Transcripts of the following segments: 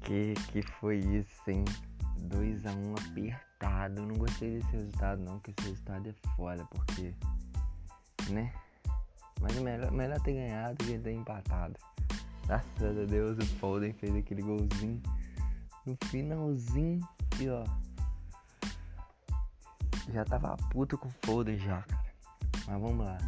Que foi isso, hein? 2-1 apertado. Não gostei desse resultado não, que esse resultado é foda, porque, né? Mas é melhor ter ganhado do que ter empatado. Graças a Deus o Foden fez aquele golzinho no finalzinho e ó. Já tava puto com o Foden já, cara. Mas vamos lá.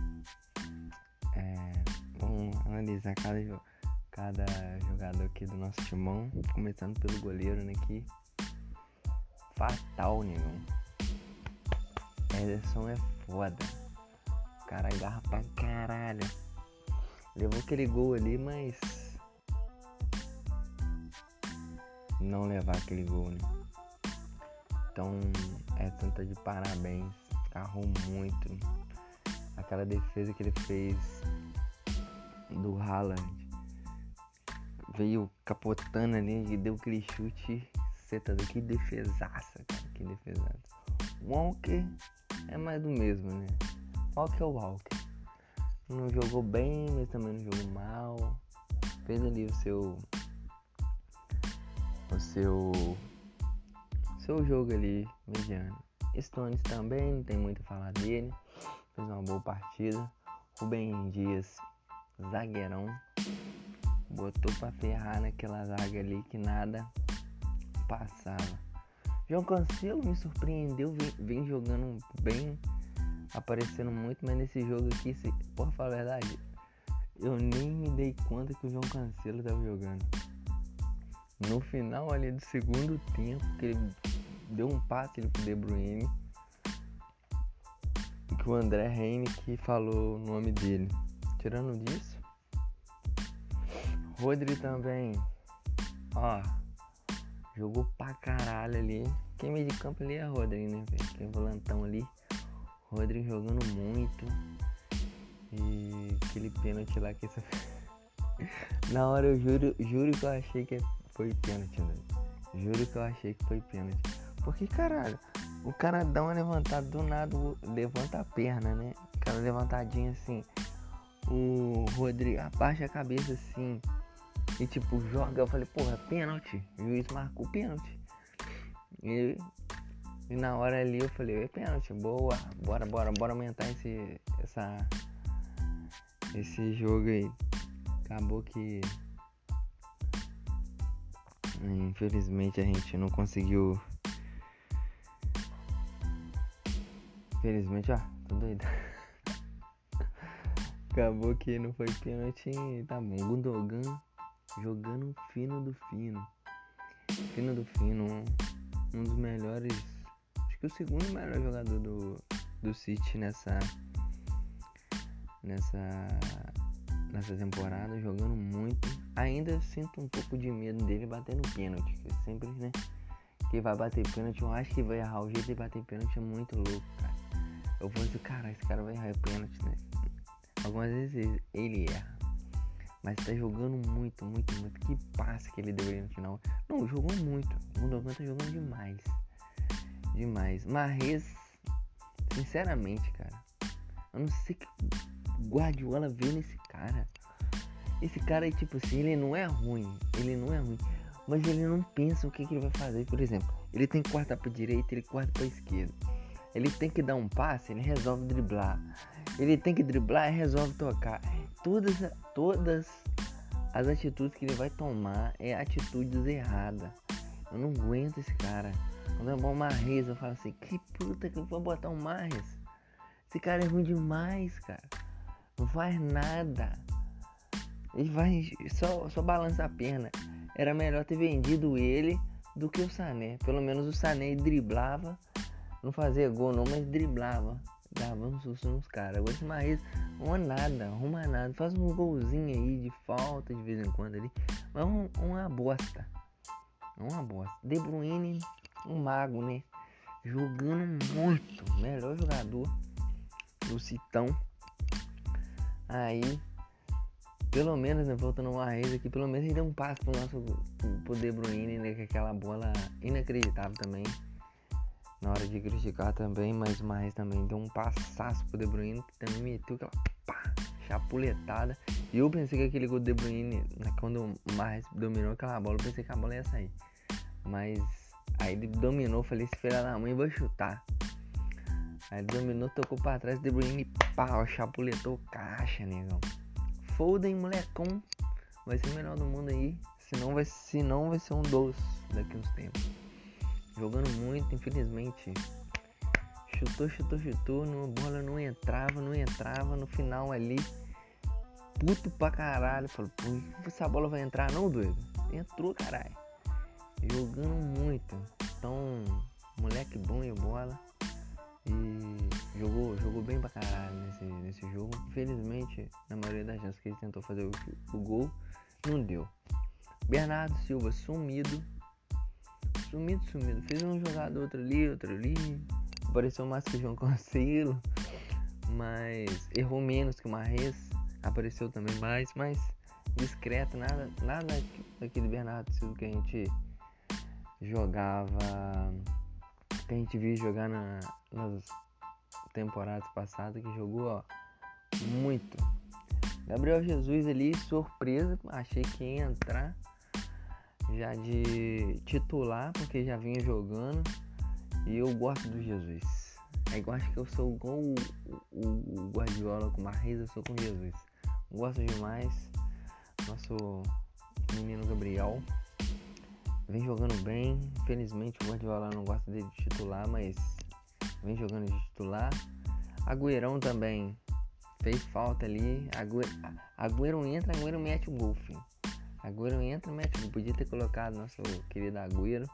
Vamos analisar cada jogador aqui do nosso timão. Começando pelo goleiro, né? Que fatal, negão. Ederson é foda. O cara agarra pra caralho. Levou aquele gol ali, mas não levar aquele gol, né? Então, Edson tá de parabéns. Agarrou muito. Aquela defesa que ele fez do Haaland. Veio capotando ali e deu aquele chute. Você tá daqui, que defesaça, cara. Que defesaça. Walker é mais do mesmo, né? Walker é o Walker. Não jogou bem, mas também não jogou mal. Fez ali o seu jogo ali, mediano. Stones também, não tem muito a falar dele. Fez uma boa partida. Rubem Dias, zagueirão. Botou pra ferrar naquela zaga ali que nada passava. João Cancelo me surpreendeu, vem jogando bem, aparecendo muito, mas nesse jogo aqui, por falar a verdade, eu nem me dei conta que o João Cancelo tava jogando. No final ali do segundo tempo, que ele deu um passe ali pro De Bruyne, que o André Heineken falou o nome dele. Tirando disso, Rodri também, ó, jogou pra caralho ali. Quem meio de campo ali é Rodri, né, velho? Quem volantão ali, Rodri jogando muito. E aquele pênalti lá que essa... Na hora eu juro que eu achei que foi pênalti, velho. Juro que eu achei que foi pênalti. Porque, caralho, o cara dá uma levantada do nada, levanta a perna, né? Aquela levantadinha assim. O Rodri abaixa a cabeça assim e tipo, joga. Eu falei, porra, pênalti. O juiz marcou o pênalti. E na hora ali eu falei, é pênalti, boa, bora aumentar esse jogo aí. Acabou que infelizmente a gente não conseguiu. Infelizmente, ó, tô doido. Acabou que não foi pênalti, tá bom. Gundogan jogando fino do fino. Fino do fino, um dos melhores, acho que o segundo melhor jogador do City nessa temporada, jogando muito. Ainda sinto um pouco de medo dele batendo pênalti, que sempre, né, que vai bater pênalti, eu acho que vai errar. O jeito de bater pênalti é muito louco, cara. Eu vou dizer, cara, esse cara vai errar pênalti, né? Algumas vezes ele erra, mas tá jogando muito. Que passe que ele deu aí no final. Não, jogou muito. O Gundogan tá jogando demais. Mahrez, sinceramente, cara, eu não sei que Guardiola vê nesse cara. Esse cara é tipo assim, ele não é ruim, mas ele não pensa o que ele vai fazer. Por exemplo, ele tem que cortar pra direita, ele corta pra esquerda. Ele tem que dar um passe, ele resolve driblar. Ele tem que driblar e resolve tocar. Todas as atitudes que ele vai tomar é atitudes erradas. Eu não aguento esse cara. Quando é bom o Mahrez, eu falo assim, que puta que eu vou botar o Mahrez? Esse cara é ruim demais, cara. Não faz nada. Ele vai só balança a perna. Era melhor ter vendido ele do que o Sané. Pelo menos o Sané driblava. Não fazia gol não, mas driblava. Dava um susto nos caras. Agora esse Mahrez arruma nada. Faz um golzinho aí de falta de vez em quando ali. Mas uma bosta. De Bruyne, um mago, né? Jogando muito. Melhor jogador do Citão. Aí, pelo menos, né, voltando ao Mahrez aqui, pelo menos ele deu um passo pro De Bruyne, né? Que aquela bola inacreditável também. Na hora de criticar também, mas o Mahrez também deu um passaço pro De Bruyne, que também meteu aquela chapuletada. E eu pensei que aquele gol do De Bruyne, quando o Mahrez dominou aquela bola, eu pensei que a bola ia sair. Mas aí ele dominou, falei, esse filho da mãe vai chutar. Aí ele dominou, tocou pra trás, De Bruyne, pau, chapuletou caixa, negão. Foden, molecão, vai ser o melhor do mundo aí. Senão vai ser um dos daqui uns tempos. Jogando muito, infelizmente. Chutou, a bola não entrava. No final ali, puto pra caralho. Falei, pô, essa bola vai entrar não, doido? Entrou, caralho. Jogando muito. Então, moleque bom em bola. E jogou bem pra caralho nesse jogo. Infelizmente, na maioria das vezes que ele tentou fazer o gol, não deu. Bernardo Silva sumido. Fez um jogado outro ali. Apareceu mais que o João Cancelo, mas errou menos que o Mahrez. Apareceu também mais, mas discreto, nada daquele Bernardo Silva que a gente jogava, que a gente viu jogar nas temporadas passadas, que jogou, ó, muito. Gabriel Jesus ali, surpresa, achei que ia entrar já de titular, porque já vinha jogando. E eu gosto do Jesus. Eu acho que eu sou igual o Guardiola com o Mahrez, eu sou com Jesus. Gosto demais. Nosso menino Gabriel vem jogando bem. Infelizmente o Guardiola não gosta dele de titular, mas vem jogando de titular. Agüerão também fez falta ali. Agüero entra, Agüero mete o gol, filho. Agüero entra, mete o gol. Podia ter colocado nosso querido Agüero.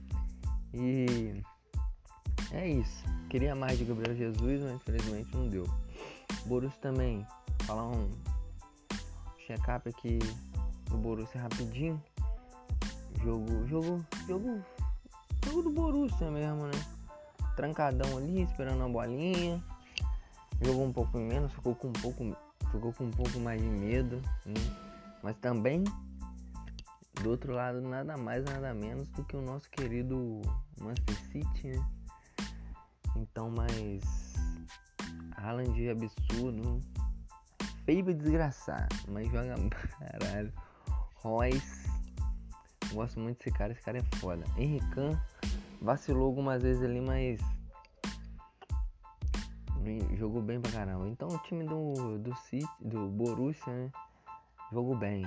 E é isso. Queria mais de Gabriel Jesus, mas infelizmente não deu. Borussia também. Falar um check-up aqui do Borussia rapidinho. Jogo do Borussia mesmo, né? Trancadão ali, esperando a bolinha. Jogou um pouco menos, ficou com um pouco mais de medo, né? Mas também, do outro lado, nada mais, nada menos do que o nosso querido Manchester City, né? Então, mas Haaland é absurdo, feio pra desgraçar, mas joga caralho. Royce, gosto muito desse cara é foda. Henrique vacilou algumas vezes ali, mas jogou bem pra caramba. Então o time do City, do Borussia, né, jogou bem.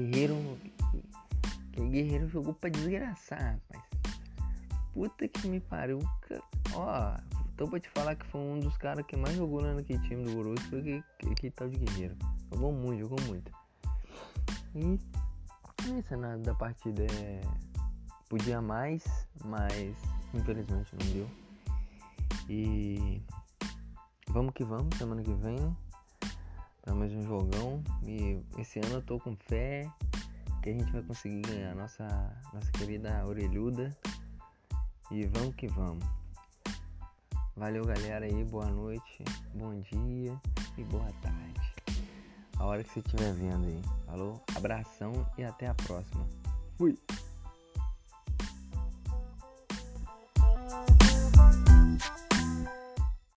Guerreiro jogou pra desgraçar, rapaz. Puta que me pariu. Ó, tô pra te falar que foi um dos caras que mais jogou lá naquele time do Borussia. Foi aquele tal de Guerreiro. Jogou muito. E isso, nada da partida podia mais, mas infelizmente não deu. E vamos que vamos, semana que vem pra mais um jogão. E esse ano eu tô com fé que a gente vai conseguir ganhar nossa querida orelhuda. E vamos que vamos. Valeu, galera aí, boa noite, bom dia e boa tarde. A hora que você estiver vendo aí. Falou, abração e até a próxima. Fui!